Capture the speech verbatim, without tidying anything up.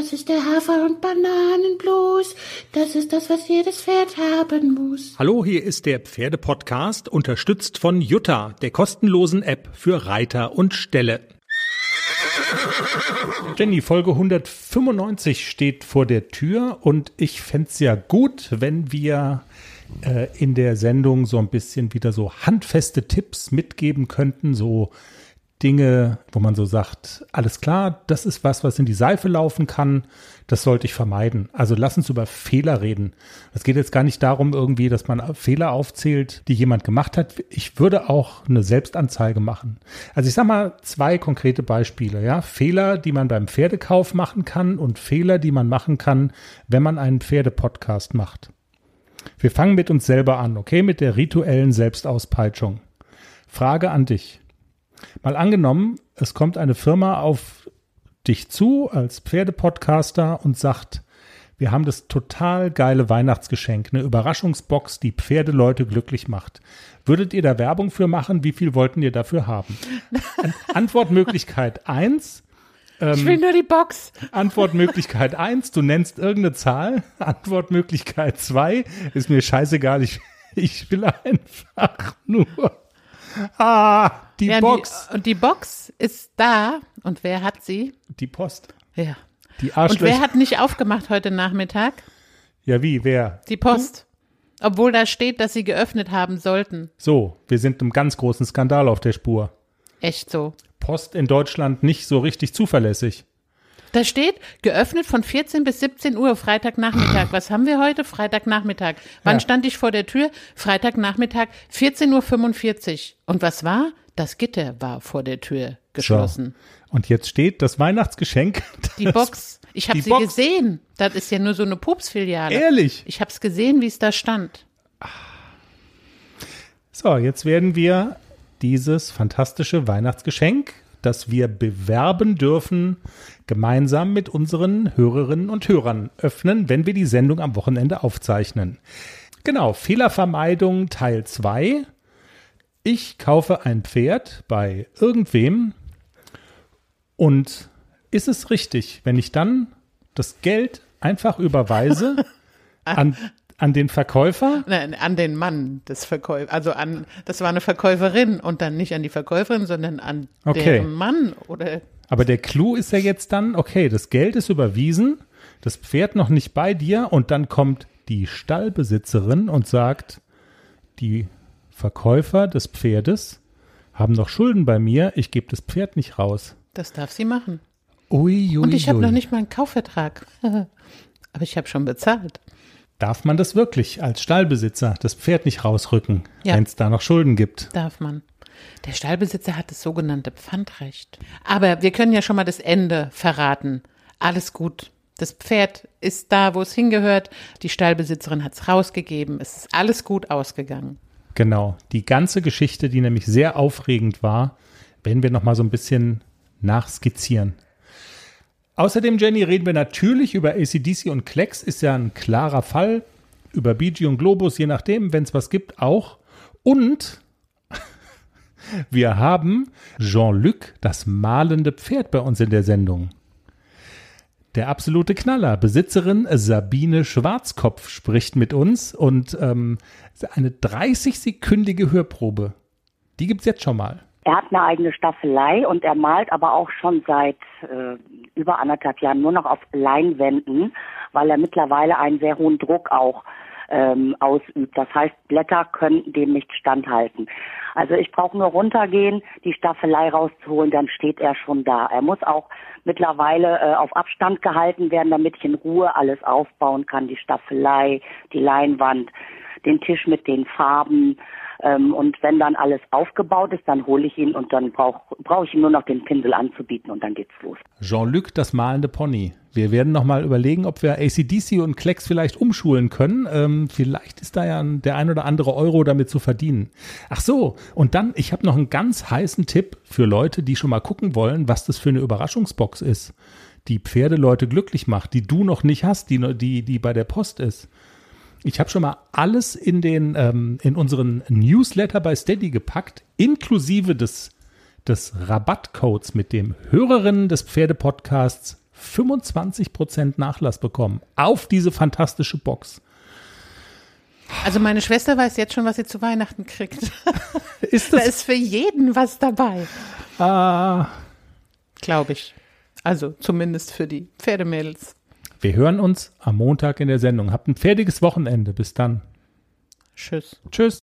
Das ist der Hafer- und Bananenblues. Das ist das, was jedes Pferd haben muss. Hallo, hier ist der Pferde-Podcast, unterstützt von Jutta, der kostenlosen App für Reiter und Ställe. Jenny, Folge hundertfünfundneunzig steht vor der Tür und ich fände es ja gut, wenn wir äh, in der Sendung so ein bisschen wieder so handfeste Tipps mitgeben könnten, so Dinge, wo man so sagt, alles klar, das ist was, was in die Seife laufen kann, das sollte ich vermeiden. Also lass uns über Fehler reden. Es geht jetzt gar nicht darum irgendwie, dass man Fehler aufzählt, die jemand gemacht hat. Ich würde auch eine Selbstanzeige machen. Also ich sag mal zwei konkrete Beispiele, ja. Fehler, die man beim Pferdekauf machen kann und Fehler, die man machen kann, wenn man einen Pferdepodcast macht. Wir fangen mit uns selber an, okay, mit der rituellen Selbstauspeitschung. Frage an dich. Mal angenommen, es kommt eine Firma auf dich zu als Pferdepodcaster und sagt, wir haben das total geile Weihnachtsgeschenk, eine Überraschungsbox, die Pferdeleute glücklich macht. Würdet ihr da Werbung für machen? Wie viel wollten ihr dafür haben? Antwortmöglichkeit eins. Ähm, ich will nur die Box. Antwortmöglichkeit eins, du nennst irgendeine Zahl. Antwortmöglichkeit zwei, ist mir scheißegal, ich, ich will einfach nur... Ah, die ja, Box. Die, und die Box ist da. Und wer hat sie? Die Post. Ja. Die Arschlöcher. Und wer hat nicht aufgemacht heute Nachmittag? Ja, wie? Wer? Die Post. Du? Obwohl da steht, dass sie geöffnet haben sollten. So, wir sind einem ganz großen Skandal auf der Spur. Echt so. Post in Deutschland nicht so richtig zuverlässig. Da steht, geöffnet von vierzehn bis siebzehn Uhr, Freitagnachmittag. Was haben wir heute? Freitagnachmittag. Wann ja. stand ich vor der Tür? Freitagnachmittag, vierzehn Uhr fünfundvierzig. Und was war? Das Gitter war vor der Tür geschlossen. So. Und jetzt steht das Weihnachtsgeschenk. Die Box. Ich habe sie Box. gesehen. Das ist ja nur so eine Pupsfiliale. Ehrlich? Ich habe es gesehen, wie es da stand. So, jetzt werden wir dieses fantastische Weihnachtsgeschenk, das wir bewerben dürfen, gemeinsam mit unseren Hörerinnen und Hörern öffnen, wenn wir die Sendung am Wochenende aufzeichnen. Genau, Fehlervermeidung Teil zwei. Ich kaufe ein Pferd bei irgendwem und ist es richtig, wenn ich dann das Geld einfach überweise an An den Verkäufer? Nein, an den Mann des Verkäufers. Also an, das war eine Verkäuferin und dann nicht an die Verkäuferin, sondern an okay. deren Mann. Oder aber der Clou ist ja jetzt dann, okay, das Geld ist überwiesen, das Pferd noch nicht bei dir und dann kommt die Stallbesitzerin und sagt, die Verkäufer des Pferdes haben noch Schulden bei mir, ich gebe das Pferd nicht raus. Das darf sie machen. Ui, ui, und ich habe ui. noch nicht mal einen Kaufvertrag. Aber ich habe schon bezahlt. Darf man das wirklich als Stallbesitzer, das Pferd nicht rausrücken, ja. wenn es da noch Schulden gibt? Darf man. Der Stallbesitzer hat das sogenannte Pfandrecht. Aber wir können ja schon mal das Ende verraten. Alles gut. Das Pferd ist da, wo es hingehört. Die Stallbesitzerin hat es rausgegeben. Es ist alles gut ausgegangen. Genau. Die ganze Geschichte, die nämlich sehr aufregend war, werden wir noch mal so ein bisschen nachskizzieren. Außerdem, Jenny, reden wir natürlich über A C D C und Klecks, ist ja ein klarer Fall. Über B G und Globus, je nachdem, wenn es was gibt, auch. Und wir haben Jean-Luc, das malende Pferd, bei uns in der Sendung. Der absolute Knaller. Besitzerin Sabine Schwarzkopf spricht mit uns und ähm, eine dreißig-sekündige Hörprobe. Die gibt's jetzt schon mal. Er hat eine eigene Staffelei und er malt aber auch schon seit äh, über anderthalb Jahren nur noch auf Leinwänden, weil er mittlerweile einen sehr hohen Druck auch ähm, ausübt. Das heißt, Blätter können dem nicht standhalten. Also ich brauche nur runtergehen, die Staffelei rauszuholen, dann steht er schon da. Er muss auch mittlerweile äh, auf Abstand gehalten werden, damit ich in Ruhe alles aufbauen kann. Die Staffelei, die Leinwand, den Tisch mit den Farben. Ähm, und wenn dann alles aufgebaut ist, dann hole ich ihn und dann brauche brauch ich ihm nur noch den Pinsel anzubieten und dann geht's los. Jean-Luc, das malende Pony. Wir werden nochmal überlegen, ob wir A C D C und Klecks vielleicht umschulen können. Ähm, vielleicht ist da ja der ein oder andere Euro damit zu verdienen. Ach so, und dann, ich habe noch einen ganz heißen Tipp für Leute, die schon mal gucken wollen, was das für eine Überraschungsbox ist, die Pferdeleute glücklich macht, die du noch nicht hast, die, die, die bei der Post ist. Ich habe schon mal alles in den ähm, in unseren Newsletter bei Steady gepackt, inklusive des, des Rabattcodes, mit dem Hörerinnen des Pferdepodcasts fünfundzwanzig Prozent Nachlass bekommen auf diese fantastische Box. Also meine Schwester weiß jetzt schon, was sie zu Weihnachten kriegt. Ist Da das? ist für jeden was dabei, Ah, glaube ich. Also zumindest für die Pferdemädels. wir hören uns am Montag in der Sendung. Habt ein pferdiges Wochenende. Bis dann. Tschüss. Tschüss.